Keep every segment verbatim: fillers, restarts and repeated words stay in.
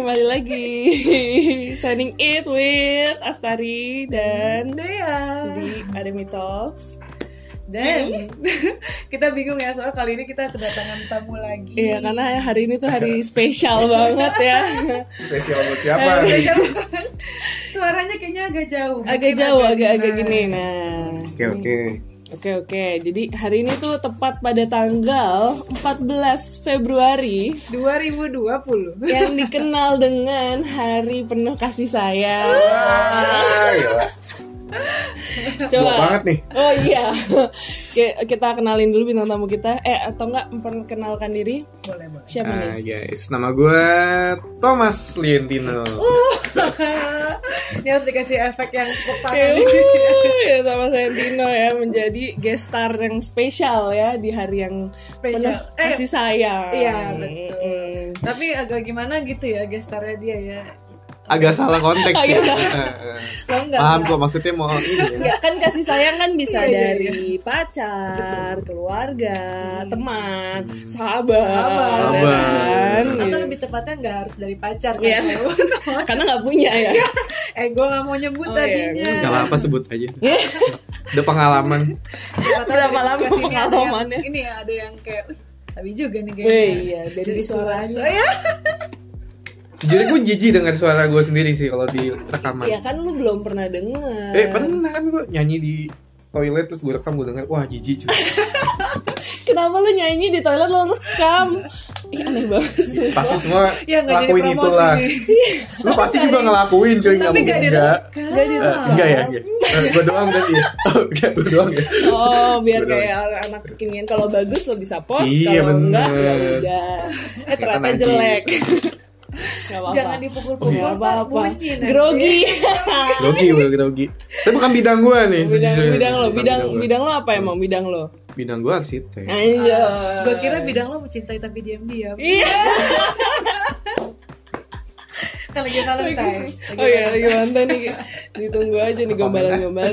kembali lagi signing it with Astari dan Dea di Ademi Talks. Dan kita bingung ya soal kali ini kita kedatangan tamu lagi. Iya, karena hari ini tuh hari spesial banget ya. Spesial buat siapa? Suaranya kayaknya agak jauh. Agak jauh, agak-agak gini. Nah. Oke oke. Oke oke. Jadi hari ini tuh tepat pada tanggal empat belas Februari dua ribu dua puluh yang dikenal dengan Hari Penuh Kasih Sayang. Ah, gila. Coba. Buat banget nih. Oh iya. Kita kenalin dulu bintang tamu kita. Eh atau enggak memperkenalkan diri? Boleh, boleh. Siapa Ah, nih? guys, nama gue Thomas Lientino. Uh, Ini harus dikasih efek yang tepuk tangan. Ya sama saya Tino ya, menjadi guest star yang spesial ya di hari yang penuh Spesial. Eh, kasih sayang. Iya betul. Mm. Tapi agak gimana gitu ya gestarnya dia ya. Agak salah konteks Agak ya. salah. Eh, eh. Lo enggak, Paham enggak. kok maksudnya mau ini ya. Enggak kan kasih sayang kan bisa Iya, iya, dari pacar, keluarga, Hmm. teman, Hmm. sahabat, Sahabat. ya kan? Atau Gitu. lebih tepatnya nggak harus dari pacar kan? Iya. Karena nggak punya ya. Eh gue nggak mau nyebut Oh, iya. tadinya. Gak apa-apa sebut aja. Udah pengalaman. Siapa tahu Berapa dari lama kesini ada yang- pengalamannya? Ini ya, ada yang kayak, wih, sabi juga nih Wih, kayaknya. iya, dari Jadi suaranya. suara ya. Sejujurnya gue jijik dengan suara gue sendiri sih kalau di rekaman. Iya kan lu belum pernah dengar. Eh pernah kan gue nyanyi di toilet terus gue rekam gue denger, wah jijik cuy. Kenapa lu nyanyi di toilet lu rekam? Ih aneh banget sih. Pasti semua Ya nggak jadi ngelakuin promosi. itulah. Lu pasti juga ngelakuin cuy, nggak Tapi mungkin nggak enggak. direkam. Nggak Eh, direkam. enggak ya, enggak. Eh, gue doang berarti ya. Oh, enggak, gue doang ya. Oh, biar Betul. kayak anak kekinian kalau bagus lo bisa post, Iya, kalau enggak ya bener. udah. Eh Ternyata ternyata najis. jelek. Enggak apa-apa. Jangan dipukul-pukul, Nggak Pak. apa-apa. Bunyi nanti. Grogi. Grogi gue, grogi. Tapi bukan bidang gue nih. bidang sejujurnya. bidang lo, Bukan bidang gua. bidang lo apa emang bidang lo? Bidang gue arsitek. Anjay. Gue kira bidang lo mencintai tapi diam-diam. Iya. Kan lagi Valentine. Oh iya, lagi mantan nih. Ditunggu aja nih gombalan-gombalan.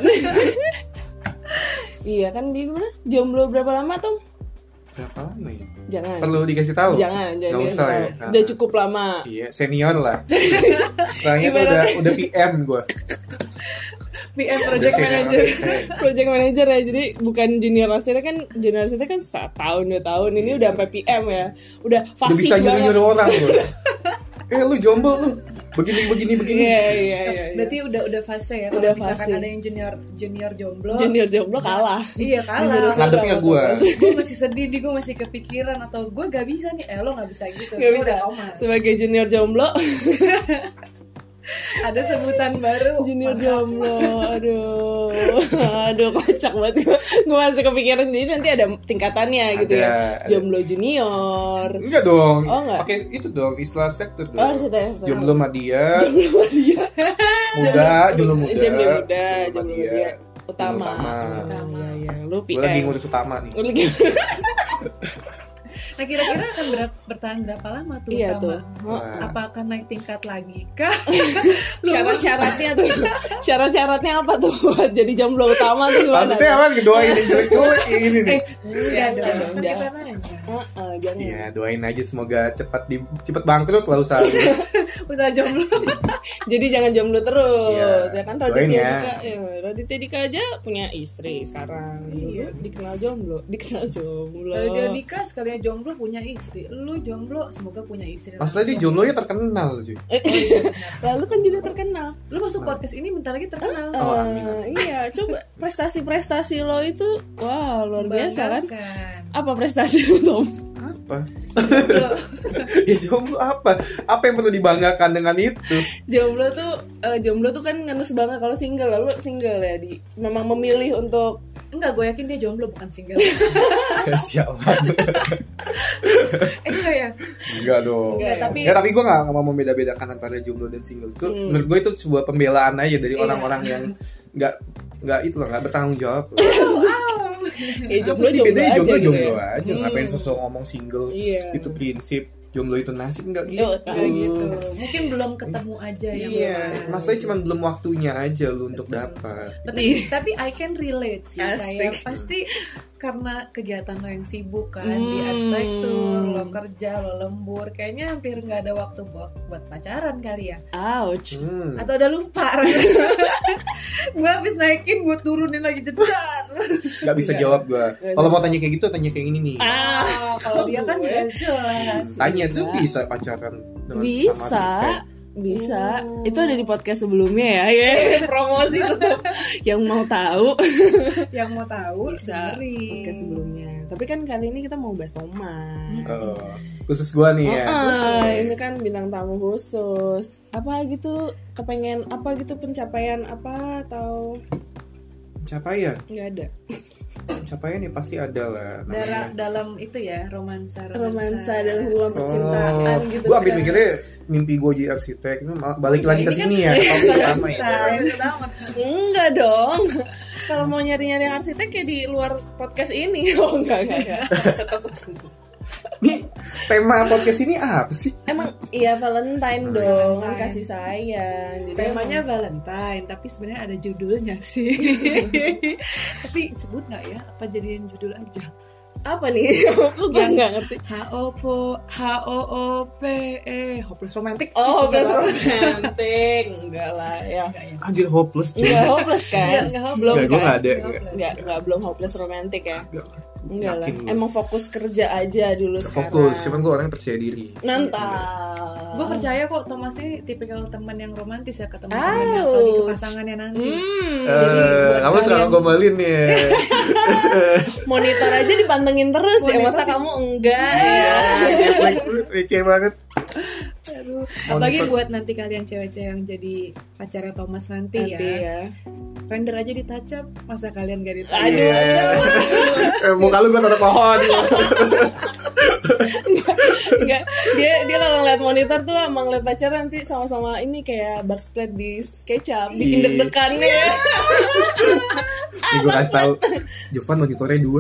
Iya kan di mana? Jomblo berapa lama, Tom? Berapa lama ya? Jangan. Perlu dikasih tahu? Jangan, jangan Nggak dikasih usah tahu. ya. Udah cukup lama. Iya, senior lah. Setelahnya tuh udah Ibaratnya- udah P M gue. P M project manager. Project manager ya, jadi bukan junior arsitek kan, junior arsitek kan setahun dua tahun, ini udah sampai P M ya, udah Udah fasih bisa banget. nyuruh-nyuruh orang lu. Eh lu jomblo lu. Begini begini begini. Iya iya iya. iya. Berarti udah udah fase ya. Udah Kalau misalkan fase. ada yang junior junior jomblo. junior jomblo kalah. Iya Disuruh kalah. Ngadepnya sama gua. Thomas. Gue masih sedih nih, gue masih kepikiran atau gue gak bisa nih. Eh lo gak bisa gitu. Nggak Gua bisa. udah Thomas. Sebagai junior jomblo, Ada sebutan baru. junior Mantap. jomblo, aduh, aduh kocak banget gue. Gue masih kepikiran, jadi nanti ada tingkatannya gitu Ada, ya. ada. Jomblo junior. Enggak dong. Oh, enggak. Pakai itu dong istilah sektor dong. Oh, arsitek. Jomblo sama dia, Jomblo dia. muda, jomblo muda. Jomblo muda, sama jomblo dia. dia. Utama. Utama. Oh, iya iya. Lu P M. Gue lagi ngurus utama nih. Lu lagi. Nah kira-kira akan ber- bertahan berapa lama tuh? Iya Tama? tuh. Wah. Apa akan naik tingkat lagi kah? Syarat-syaratnya tuh. Syarat-syaratnya apa tuh buat jadi jomblo utama tuh gimana? Maksudnya apa? Doain yang jelek-jelek kayak gini nih. Iya Jangan, dong. jangan, Kan jangan. kita nanya. Heeh, jangan. Iya, doain aja semoga cepat di cepat bangkrut lah usaha. Usaha jomblo. Jadi jangan jomblo terus. Iya, Ya kan doain Raditya ya. Dika, ya, Raditya Dika aja punya istri sekarang. Iya. Dulu dikenal jomblo, dikenal jomblo. Kalau dia nikah sekalian jomblo punya istri. Lu jomblo semoga punya istri. Masalah dia jomblonya terkenal cuy. Eh, Lalu kan juga terkenal. Lu masuk podcast ini bentar lagi terkenal. Oh, Eh, amin. iya, coba prestasi-prestasi lo itu, wah luar biasa kan? Banggakan. Apa prestasi lo, Tom? Apa? Jomblo. Ya jomblo apa? Apa yang perlu dibanggakan dengan itu? Jomblo tuh, eh, jomblo tuh kan ngenes banget kalau single. Lalu single ya, di memang memilih untuk Enggak, gue yakin dia jomblo bukan single. Ya sialan. eh enggak ya? Enggak dong. Enggak, ya. Ya tapi gue gak mau membeda-bedakan antara jomblo dan single. Itu Hmm. menurut gue itu sebuah pembelaan aja dari Iya. orang-orang yang nggak nggak itu loh, nggak bertanggung jawab. ya Apa jomblo sih jomblo bedanya aja jomblo gitu jomblo ya. aja, Hmm. ngapain sosok ngomong single? Iya. Itu prinsip. Jomblo itu nasib nggak gitu. Yo, Kayak gitu. Mungkin belum ketemu aja yang Iya, belum. masalahnya cuma belum waktunya aja lu untuk dapat. Tapi, tapi I can relate sih, Asik. kayak pasti karena kegiatan lo yang sibuk kan Hmm. di arsitektur, lo kerja, lo lembur, kayaknya hampir nggak ada waktu buat buat pacaran kali ya. Ouch. Hmm. Atau udah lupa. Gue habis naikin, gue turunin lagi jedar. Gak bisa Nggak. jawab gue. Nggak Kalau bisa. mau tanya kayak gitu, tanya kayak gini nih. Ah, kalau dia kan udah jelas. Tanya tuh Nggak. bisa pacaran dengan Bisa, sesama arsitek. bisa. Oh. Itu ada di podcast sebelumnya ya. Ya, promosi tetap. Yang mau tahu Yang mau tahu bisa dengerin. podcast sebelumnya. Tapi kan kali ini kita mau bahas Thomas. Oh, khusus gua nih ya. Oh, Khusus. ini kan bintang tamu khusus. Apa gitu? Kepengen apa gitu pencapaian apa atau Pencapaian, nggak ada? pencapaian ya pasti ada lah. Dalam, namanya. dalam itu ya romansa Romansa dan hubungan percintaan Oh, gitu. gua ambil kan. mikirnya mimpi gua jadi arsitek. Ini malah balik Nah, lagi ke ini sini kan- ya. Topik pertama ya. Enggak dong. Kalau mau nyari-nyari yang arsitek ya di luar podcast ini. Oh enggak enggak enggak. Tetap tetap. Nih tema podcast ini apa sih? Emang iya Valentine Oh, dong, kan Valentine. kasih sayang. Jadi Temanya emang- Valentine, tapi sebenarnya ada judulnya sih. Tapi sebut nggak ya? Apa jadiin judul aja? apa nih? Aku gue nggak ngerti. H O P H O O P E Hopeless Romantic. Oh, hopeless romantic. Enggak lah ya. Enggak ya? Anjir hopeless cuy. Enggak hopeless kan? Enggak, enggak hopeless. Belum Enggak, gua kan? nggak ada. Hopeless. Enggak, enggak belum hopeless romantic ya. Enggak. Enggak lah. Yakin gua. Emang fokus kerja aja dulu sekarang. Fokus, cuman gua orang yang percaya diri. Mantap. Gue percaya kok Thomas ini tipikal teman yang romantis ya ke teman-temannya, Ouch. apalagi ke pasangannya nanti. Hmm, Eh, jadi buat kamu selalu kalian- gombalin ya. monitor aja dipantengin terus ya, Monitor masa di- kamu enggak Iya, ya? receh banget. Aduh. Apalagi Monitor. buat nanti kalian cewek-cewek yang jadi pacarnya Thomas nanti, Nanti ya. ya. Render aja di touch up, masa kalian gak di touch up? Aduh. Iya. Eh, muka lu gua taruh pohon. Enggak, dia dia kalau ngeliat monitor tuh emang ngeliat pacar nanti sama-sama ini kayak backsplat di SketchUp, bikin Iya. deg-degan ya. Nih gua kasih tahu. Jovan monitornya dua.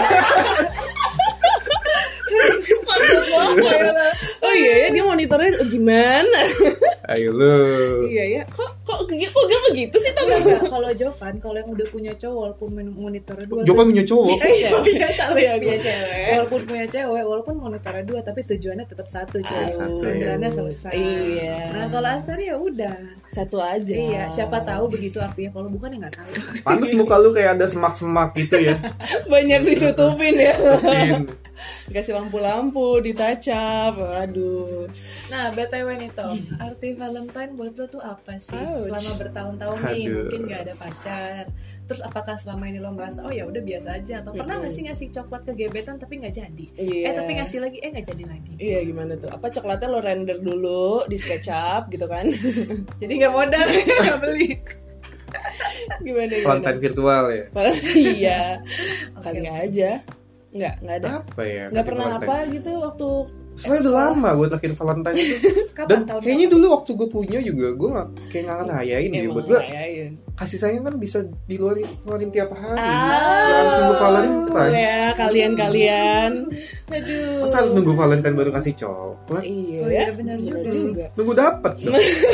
Maksud lo apa ya? Oh iya ya, dia monitornya oh, gimana? Ayo lu. Iya ya, kok kok kok kok dia begitu sih tuh? Enggak, kalau Jovan, kalau yang udah punya cowok walaupun men- monitornya dua, Jovan punya cowok. Iya, Iya, salah ya. punya gua. cewek. Walaupun punya cewek, walaupun monitornya dua, tapi tujuannya tetap satu, Ah, cuy. satu, ya. Renderannya selesai. Iya. Nah, kalau Astari ya udah. Satu aja. Iya, siapa tahu begitu artinya. Kalau bukan ya nggak tahu. Pantes muka lu kayak ada semak-semak gitu ya. Banyak ditutupin ya. Mungkin. Kasih lampu-lampu, ditacap. Aduh. Nah, B T W nih Tom, arti Valentine buat lo tuh apa sih? Ouch. Selama bertahun-tahun nih, Aduh. mungkin nggak ada pacar. Terus apakah selama ini lo merasa oh ya udah biasa aja? Atau pernah nggak sih ngasih coklat ke gebetan tapi nggak jadi? Iya. Eh tapi ngasih lagi, eh nggak jadi lagi. Iya gimana tuh? Apa coklatnya lo render dulu di SketchUp gitu kan? Jadi nggak modal, nggak beli. Gimana gimana? Valentine virtual ya. Iya. Kali Oke. aja. Enggak, enggak ada. Apa ya? Enggak pernah Valentine? apa gitu waktu Soalnya udah lama gue terakhir Valentine itu. Kapan Dan tahun kayaknya kapan? dulu waktu gue punya juga gue gak kayak nggak ngerayain ya. emang Buat gue ngerayain. kasih sayang kan bisa diluarin keluarin tiap hari. Ah, Gak harus nunggu Valentine. ya kalian-kalian. Aduh. Masa harus nunggu Valentine baru kasih coklat? Iya, Oh ya. iya, benar juga. Nunggu dapet dong.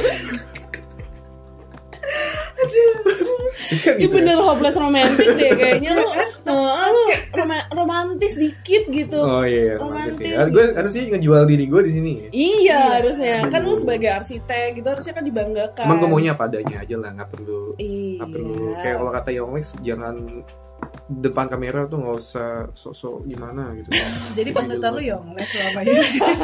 Bisa Ini gitu ya? bener hopeless romantic deh kayaknya lu. Heeh, lu roma- romantis dikit gitu. Oh iya, romantis Romantis. sih. Harus gue harus sih ngejual diri gue di sini. Iya, harusnya. Kan lu sebagai arsitek gitu harusnya kan dibanggakan. Cuman gue maunya apa adanya aja lah, nggak perlu Iya. nggak perlu kayak kalau kata Yonglex jangan depan kamera tuh nggak usah sok-sok gimana gitu. Jadi panutan lu Yong, les selama ini.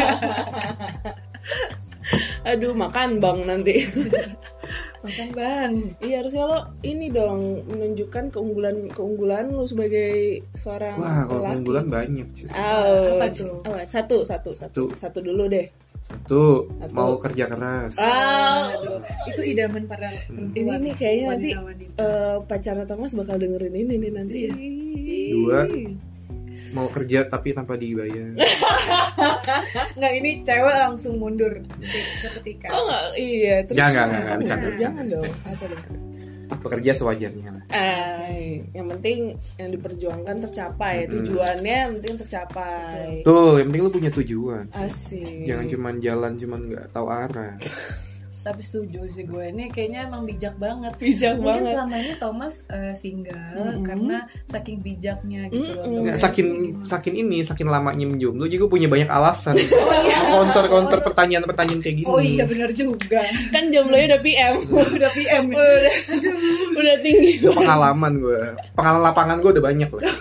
Aduh, makan bang nanti. Makan bang. Iya harusnya lo ini dong menunjukkan keunggulan keunggulan lu sebagai seorang Wah, kalau lelaki. keunggulan banyak cuy. Oh, Apa tuh? apa? Satu, satu, satu, satu dulu deh. Satu, Satu. mau kerja keras. Ah, Aduh, itu idaman para ini perempuan. nih kayaknya nanti Wanita-wanita. eh, pacarnya Thomas bakal dengerin ini nih nanti ya. Dua, mau kerja tapi tanpa dibayar. Nggak, ini cewek langsung mundur seketika. Kok nggak? Iya. Terus Jangan, jangan, jangan, bercanda, Jangan dong. Apa dong? Bekerja sewajarnya lah. Ay, yang penting yang diperjuangkan tercapai. Mm-mm. Tujuannya yang penting tercapai. Tuh, yang penting lu punya tujuan. Asik. Jangan cuman jalan cuman nggak tahu arah. Tapi setuju sih gue, ini kayaknya emang bijak banget. Bijak Mungkin banget. selama ini Thomas uh, single Mm-mm. karena saking bijaknya gitu loh. Mm-mm. Nggak, Untuk saking gimana. saking ini, saking lamanya menjomblo, jadi gue punya banyak alasan. Oh, iya. Counter-counter pertanyaan-pertanyaan kayak gini. Oh iya benar juga. Kan jomblonya udah P M. Udah P M. udah, udah tinggi. Itu pengalaman gue. Pengalaman lapangan gue udah banyak lah.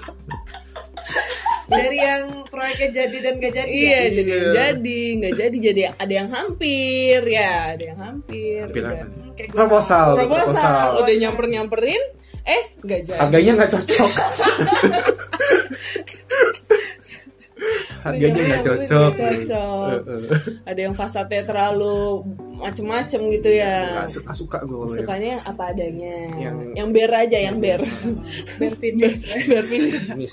Dari yang proyeknya jadi dan gak jadi. Iya, Iya. jadi yang jadi, nggak jadi, jadi ada yang hampir, ya, ada yang hampir. Hampir udah. apa? Hmm, kayak gue Proposal. tahu. Proposal, Proposal. udah nyamper nyamperin, eh nggak jadi. Harganya nggak cocok. Harganya nggak cocok. Nggak cocok. Eh, eh. Ada yang fasadnya terlalu macem-macem gitu ya. Nggak suka-suka gue. Sukanya yang apa adanya. Yang, Yang- yang ber aja, yang ber. Biar finish. Ber finish. Miss.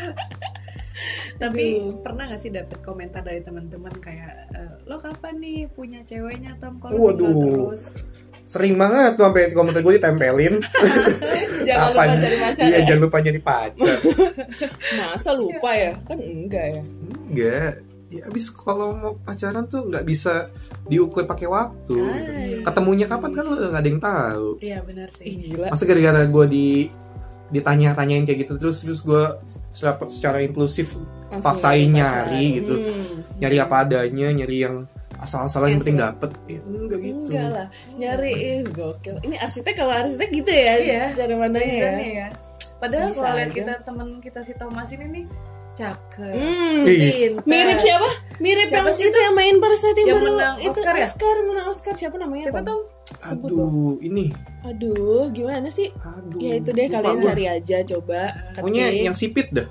Tapi Aduh. pernah gak sih dapet komentar dari teman-teman kayak e, lo kapan nih punya ceweknya Tom kalau Waduh. single terus? Sering banget tuh sampai komentar gue ditempelin. Jangan lupa Kapan? cari pacar Iya, ya. jangan lupa nyari pacar. Masa lupa ya? Kan enggak ya. Enggak. Ya abis kalau mau pacaran tuh nggak bisa diukur pakai waktu. Ay. Ketemunya kapan kan udah nggak ada yang tahu. Iya benar Ih, sih. gila. Masa gara-gara gue di ditanya-tanyain kayak gitu terus terus gue secara, secara impulsif Langsung paksain nyari nyari pacar. gitu. Hmm. nyari apa adanya, nyari yang asal-asalan yang Yang penting se- dapet. Ya, enggak gitu. Enggak lah, nyari ih, gokil. Ini arsitek kalau arsitek gitu ya, Iya. cara mandangnya ya. Bisa ya. Padahal Bisa kalau lihat aja. kita teman kita si Thomas ini nih cakep, Hmm. Ih. pintar. Mirip siapa? Mirip Siapa yang sih itu yang main Parasite Yang baru menang itu Oscar ya? Oscar, menang Oscar siapa namanya? Siapa Tom? tuh? Sebut Aduh, ini. Aduh, gimana sih? Aduh. Ya itu deh, lupa kalian gua. cari aja coba. Pokoknya Ketik. yang sipit dah.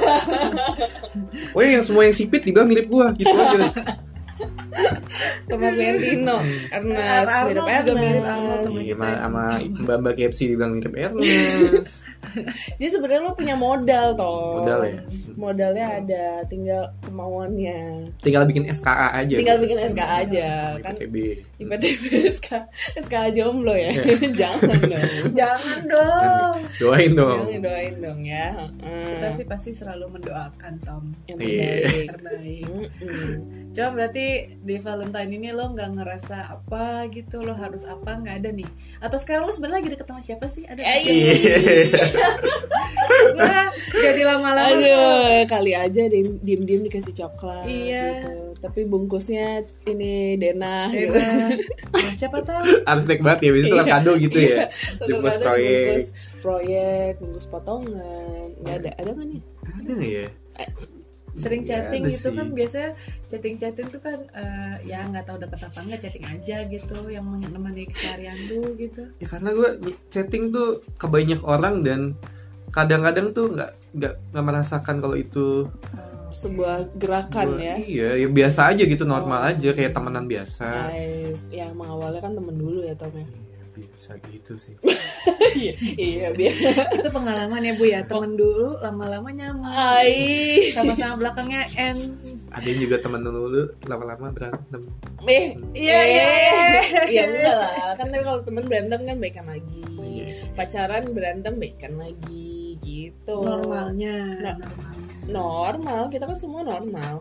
Oh ya, yang semua yang sipit dibilang mirip gua gitu aja. Thomas Lentino, Ernest, Arnold mirip juga mirip Ernest. Arnold. Iya, sama sama Mbak Mbak K F C dibilang mirip Ernest. Jadi sebenarnya lo punya modal toh. Modal ya. Modalnya ada, tinggal kemauannya. Tinggal bikin S K A aja. Tinggal bikin S K A aja kan. I P T B. I P T B S K S K A jomblo ya. Jangan dong. Jangan dong. Doain dong. Jangan doain dong ya. Heeh. Kita sih pasti selalu mendoakan Tom Yang Iya. terbaik. terbaik. Mm-mm. Coba berarti di Valentine ini lo nggak ngerasa apa gitu, lo harus apa, nggak ada nih? Atau sekarang lo sebenarnya lagi deket sama siapa sih? Ada Eh, nggak sih? Gue jadi lama-lama tuh. Aduh, kali aja di- diem-diem dikasih coklat Iya. gitu. Tapi bungkusnya ini Dena gitu. Dena. Nah, siapa tahu? Arsitek banget ya, biasanya Iya. kado gitu ya. Tetep Bungkus ada proyek. bungkus proyek, bungkus potongan. Nggak ada, ada nggak nih? Ada nggak ya? Sering Nggak chatting ada gitu sih. kan, biasanya chatting-chatting tuh kan eh, ya nggak tahu deket apa nggak, chatting aja gitu yang menemani keseharian lu gitu. Ya karena gue chatting tuh ke banyak orang dan kadang-kadang tuh nggak nggak nggak merasakan kalau itu Sebuah gerakan sebuah- ya. Iya, ya biasa aja gitu, normal Oh. aja kayak temenan biasa. Nice. Ya emang awalnya kan temen dulu ya Tom ya. Biasa gitu sih. Iya, iya biar. Itu pengalaman ya Bu ya, temen dulu lama-lama nyaman. Ai. Sama-sama belakangnya N. Ada yang juga temen dulu lama-lama berantem. Eh, Iya, iya, iya. Ya enggak lah, kan tapi kalau temen berantem kan baikan lagi. Iya. Pacaran berantem baikan lagi gitu. Normalnya. Nah. Normalnya. Normal, kita kan semua normal.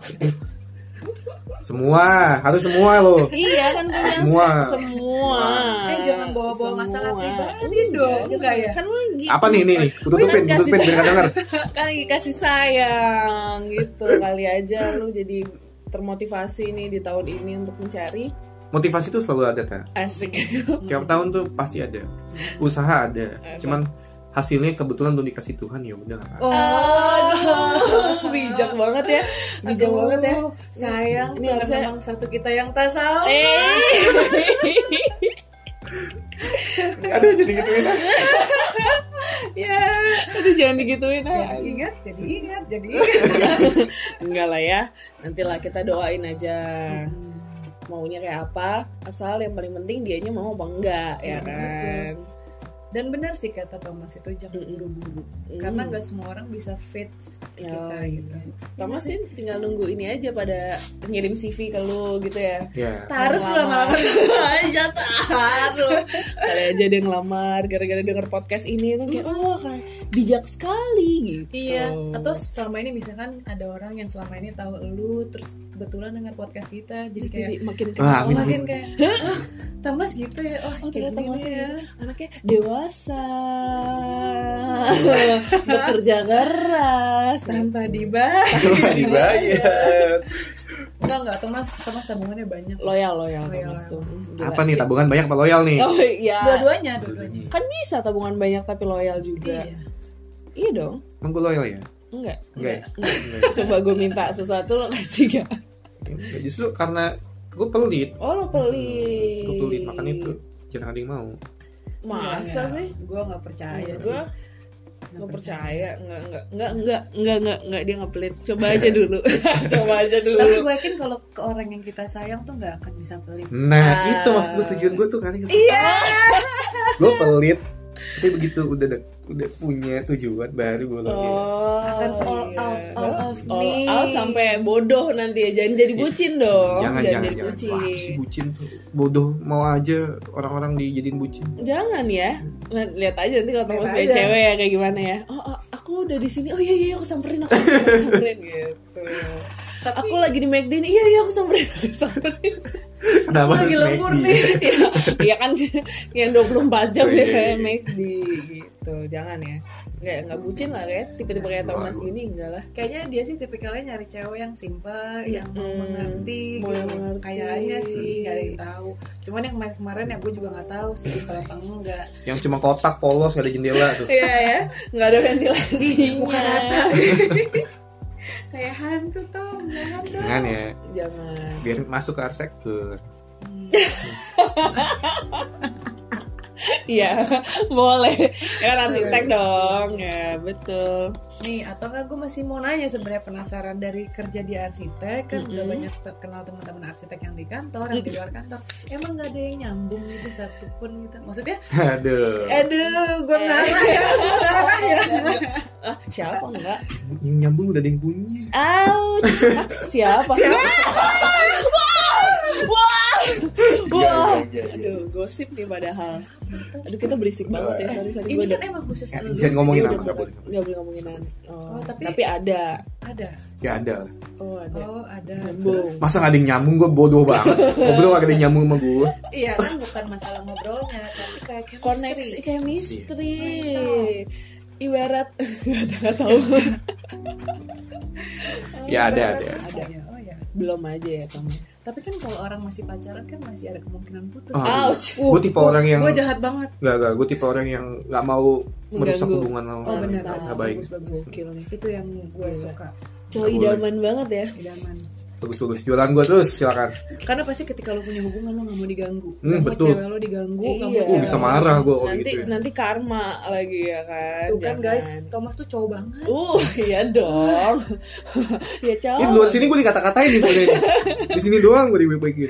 Semua, harus semua loh. Iya kan punya Semua. semua. Eh, jangan bawa-bawa masalah Semua. pribadi dong, enggak ya? Kan lagi Apa nih nih? nih? Tutupin, Kan kasih tutupin biar nggak denger. kan lagi kasih sayang gitu. Kali aja lu jadi termotivasi nih di tahun ini untuk mencari Motivasi tuh selalu ada, Ta. asik. Tiap tahun tuh pasti ada. Usaha ada. Ada. Cuman hasilnya kebetulan belum dikasih Tuhan, ya udah nggak apa-apa. Aduh, bijak banget ya, bijak Aduh, banget ya. Sayang, Ini ini harusnya- memang satu kita yang tak sama. Eh, Aduh, jadi gituin. Ya. aduh jangan digituin ah. Jadi ingat, jadi ingat, jadi ingat. Enggak lah ya, nantilah kita doain aja. Maunya kayak apa, asal yang paling penting dianya mau apa enggak, ya Iya, kan. Dan benar sih kata Thomas itu jangan Mm-mm. buru-buru Mm. karena nggak semua orang bisa fit Ya, kita gitu. Thomas sih tinggal nunggu ini aja pada ngirim C V ke lu gitu ya. Ya. Taruh lama-lama. aja taruh. Kali aja dia ngelamar gara-gara denger podcast ini tuh kayak oh kayak bijak sekali gitu. Iya, atau selama ini misalkan ada orang yang selama ini tahu lu terus kebetulan dengar podcast kita jadi Terus kayak jadi makin Wah, kenal amin, makin kayak oh, Thomas gitu ya. Oh, Oh kayak ternyata gini Mas ya. anaknya dewasa, bekerja keras, Tanpa dibayar. Cuma dibayar. Enggak enggak, Thomas Thomas tabungannya banyak. loyal loyal Loyal. Thomas tuh. Gila. Apa nih, tabungan banyak apa loyal nih? Oh iya. Dua-duanya, dua-duanya. Kan bisa tabungan banyak tapi loyal juga. Iya. Iya dong. Emang gue loyal ya? Enggak. Enggak ya? Enggak. Enggak. Coba gue minta sesuatu lo kasih gak? Enggak, justru karena gue pelit. Oh lo pelit. Gue pelit, makan itu jarang ada yang mau. Masa sih? Gue nggak percaya Gue sih. nggak percaya, nggak nggak nggak nggak nggak nggak nggak dia nggak pelit. Coba aja dulu, coba aja dulu. Tapi gue yakin kalau ke orang yang kita sayang tuh nggak akan bisa pelit. Nah, Ah. itu maksud gue, tujuan gue tuh kali iya. Gue pelit, tapi begitu udah de- udah punya tujuan baru gue loyal. Oh, Akan all iya. out, all of all me. out sampai bodoh nanti ya. Jangan jadi bucin dong. Jangan, jangan jangan, jadi jangan. bucin. Wah, sih bucin tuh. Bodoh, mau aja orang-orang dijadiin bucin. Jangan ya. Li- Lihat aja nanti kalau ketemu Lihat sama aja. cewek ya kayak gimana ya. Oh, oh, aku udah di sini. Oh iya iya aku samperin aku, aku samperin gitu. Tapi Aku lagi di McD nih. Iya iya aku samperin aku samperin. Kenapa lagi harus lembur McD? nih. Iya iya kan yang dua puluh empat jam Oh, ya iya, kayak iya. McD gitu. Jangan ya. Nggak, nggak bucin lah kayak tipe-tipe kayak Thomas Waduh. gini enggak lah. kayaknya dia sih tipikalnya nyari cewek yang simple, yang mau Mm, mengerti, mau gitu. yang mengerti. Kayaknya sih nggak ada yang tahu. Cuman yang kemarin-kemarin ya gue juga nggak tahu sih kalau apa enggak. Yang cuma kotak polos gak ada jendela tuh. Iya ya, nggak ada ventilasinya. Bukan rata. Kayak hantu tuh, jangan dong. Jangan ya, Jangan. biar masuk ke arsitektur. Hmm. Iya, boleh. Ya kan arsitek dong. Ya, betul. Nih, atau kan gue masih mau nanya sebenarnya penasaran dari kerja di arsitek kan udah Mm-mm. banyak terkenal teman-teman arsitek yang di kantor, yang di luar kantor. Emang nggak ada yang nyambung gitu satupun gitu? Maksudnya, Aduh. aduh, gue Eh. marah ya, gue marah ya. Ah, siapa enggak? Yang nyambung udah ada yang punya. Ouch. Ah, siapa? Wah. Wah. Enggak, enggak, enggak. Aduh, gosip nih padahal. Aduh, kita berisik banget ya. Sorry, sorry. Ini Gua kan udah emang khusus Ya, lu. jangan ngomongin Gua nama, udah nggak bukan- boleh. nggak boleh ngomongin nama. Oh, Oh, tapi, tapi- ada. Ada. Ya ada. Oh, ada. Oh, ada. Nyambung. Masa gak ada yang nyambung, gue bodoh banget. Ngobrol gak ada yang nyambung sama gue. Iya kan bukan masalah ngobrolnya, tapi kayak chemistry. Koneksi chemistry. Oh, Ibarat nggak nggak tahu. Ya ada, ada. Ada. Ada. Oh ya. Belum aja ya kamu. Tapi kan kalau orang masih pacaran kan masih ada kemungkinan putus. Ah, Ouch. Gue tipe orang yang Gue jahat banget. Gak, gak, gue tipe orang yang gak mau merusak Mengganggu. hubungan sama Oh, orang. bener. Gak Mantap, baik. bagus, bagus. Gokil nih. Itu yang gue Gila. suka. Cowok Nggak boleh. idaman banget ya. Idaman. Bagus-bagus, jualan gue terus, silakan. Karena pasti ketika lo punya hubungan lo gak mau diganggu. Hmm, Gak mau betul. cewek lo diganggu. Gak Iya. mau Oh, cewek bisa lo- marah gue kalau Nanti gitu ya. nanti karma lagi ya kan. Tuh kan guys, Jangan. Thomas tuh cowok banget. Uh, iya dong. Ya cowok. Ini di luar sini gue dikata-katain nih sebenarnya. Di sini doang gue dibaik-baikin.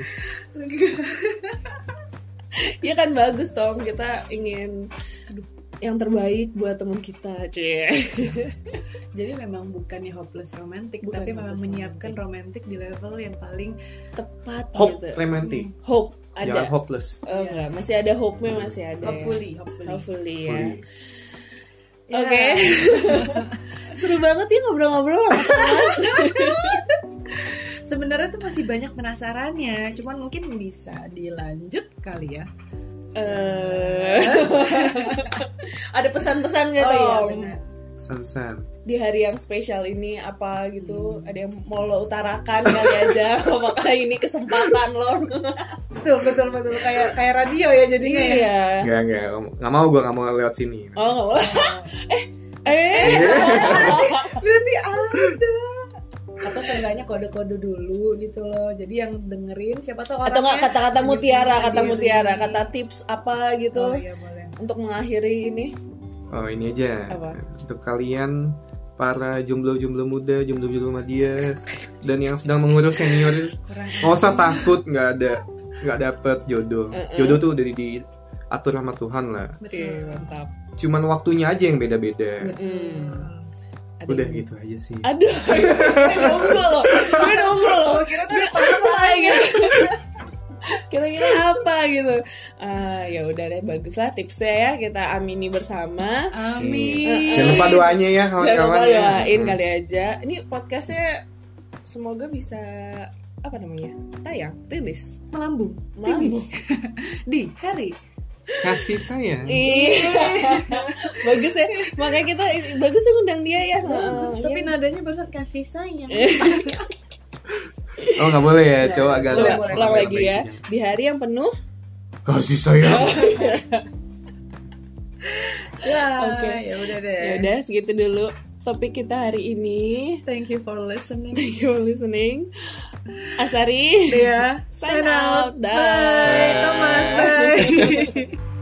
Ya kan bagus Tom, kita ingin aduh, yang terbaik buat teman kita, cie. Jadi memang bukannya hopeless romantic, Bukan tapi memang hopeless menyiapkan romantic di level yang paling Tepat Hope gitu. romantic, Hope jangan ada. hopeless. Oh, Iya. enggak, masih ada hope-nya masih ada. ya. hopefully, hopefully. Hopefully ya. Hopefully. Ya. Oke. Seru banget ya ngobrol-ngobrol sama Thomas. Sebenarnya tuh masih banyak penasarannya, cuman mungkin bisa dilanjut kali ya. Eh, ada pesan-pesan nggak tuh Oh, ya? benar. Pesan-pesan. Di hari yang spesial ini apa gitu? Ada yang mau lo utarakan kali aja? Apakah ini kesempatan lo? Betul, betul, betul. Kayak kayak radio ya jadinya ya. Iya. Enggak, enggak, gak mau gue, gak mau lewat sini. Oh nggak boleh. Eh. Berarti ada. Atau seenggaknya kode-kode dulu gitu loh. Jadi yang dengerin siapa tahu orangnya. Atau nggak kata-kata mutiara, kata sendiri. mutiara, kata tips apa gitu Oh iya boleh. untuk mengakhiri ini? Oh ini aja. Apa? Untuk kalian para jomblo-jomblo muda, jomblo-jomblo Madia, dan yang sedang mengurus senior, Kurang. nggak usah takut nggak ada nggak dapet jodoh. Uh-uh. Jodoh tuh udah di atur sama Tuhan lah. Oke, mantap. Cuman waktunya aja yang beda-beda. Mm-mm. Ada Udah yang- gitu aja sih. Aduh, gue nunggu loh, gue nunggu loh. Kira-kira apa gitu? Kira-kira apa gitu? Ah, ya udah deh, bagus lah tipsnya ya, kita amini bersama. Amin. Jangan lupa doanya ya Jangan kawan-kawan lupa ya. doain Hmm. kali aja. Ini podcastnya semoga bisa apa namanya? Tayang, rilis, Melambung mampu. di hari. Kasih sayang. Iya, bagus ya. Makanya kita bagus ya ngundang dia ya. Bagus, Heeh, tapi iya. nadanya barusan kasih sayang. Oh nggak boleh ya, coba agak Coba boleh. ulang lagi ya. Di hari yang penuh. Kasih sayang. Ya, Oke. ya udah deh. Ya udah segitu dulu topik kita hari ini. Thank you for listening. Thank you for listening. Asari. Ya, Sign out. Bye. Bye, Thomas. Bye.